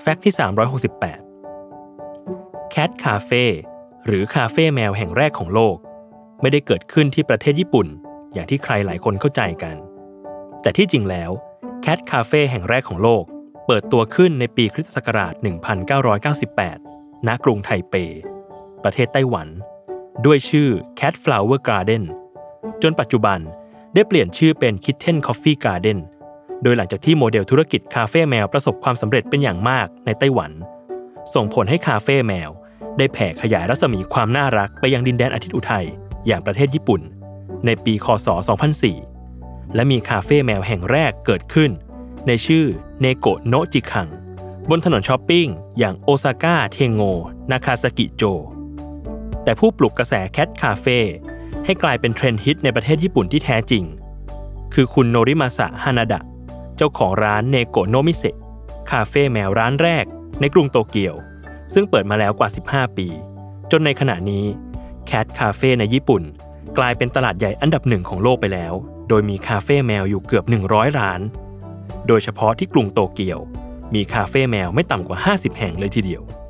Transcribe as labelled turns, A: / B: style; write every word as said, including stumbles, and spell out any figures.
A: ฟกต์ที่สามร้อยหกสิบแปด Cat Cafe หรือคาเฟ่แมวแห่งแรกของโลกไม่ได้เกิดขึ้นที่ประเทศญี่ปุ่นอย่างที่ใครหลายคนเข้าใจกันแต่ที่จริงแล้ว Cat Cafe แห่งแรกของโลกเปิดตัวขึ้นในปีคริสตศักราชหนึ่งพันเก้าร้อยเก้าสิบแปดณกรุงไทเปประเทศไต้หวันด้วยชื่อ Cat Flower Garden จนปัจจุบันได้เปลี่ยนชื่อเป็น Kitten Coffee Garden โดยหลังจากที่โมเดลธุรกิจคาเฟ่แมวประสบความสำเร็จเป็นอย่างมากในไต้หวันส่งผลให้คาเฟ่แมวได้แผ่ขยายรัศมีความน่ารักไปยังดินแดนอาทิตย์อุทัยอย่างประเทศญี่ปุ่นในปีค.ศ. สองพันสี่ และมีคาเฟ่แมวแห่งแรกเกิดขึ้นในชื่อเนโกะโนะจิคังบนถนนช้อปปิ้งอย่างโอซาก้าเทงโงนาคาซากิโจแต่ผู้ปลุกกระแสแคทคาเฟ่ให้กลายเป็นเทรนด์ฮิตในประเทศญี่ปุ่นที่แท้จริงคือคุณโนริมาสะฮานาดะเจ้าของร้านเนโกะโนมิเซะคาเฟ่แมวร้านแรกในกรุงโตเกียวซึ่งเปิดมาแล้วกว่าสิบห้าปีจนในขณะนี้แคทคาเฟ่ในญี่ปุ่นกลายเป็นตลาดใหญ่อันดับหนึ่งของโลกไปแล้วโดยมีคาเฟ่แมวอยู่เกือบหนึ่งร้อยร้านโดยเฉพาะที่กรุงโตเกียวมีคาเฟ่แมวไม่ต่ำกว่าห้าสิบแห่งเลยทีเดียว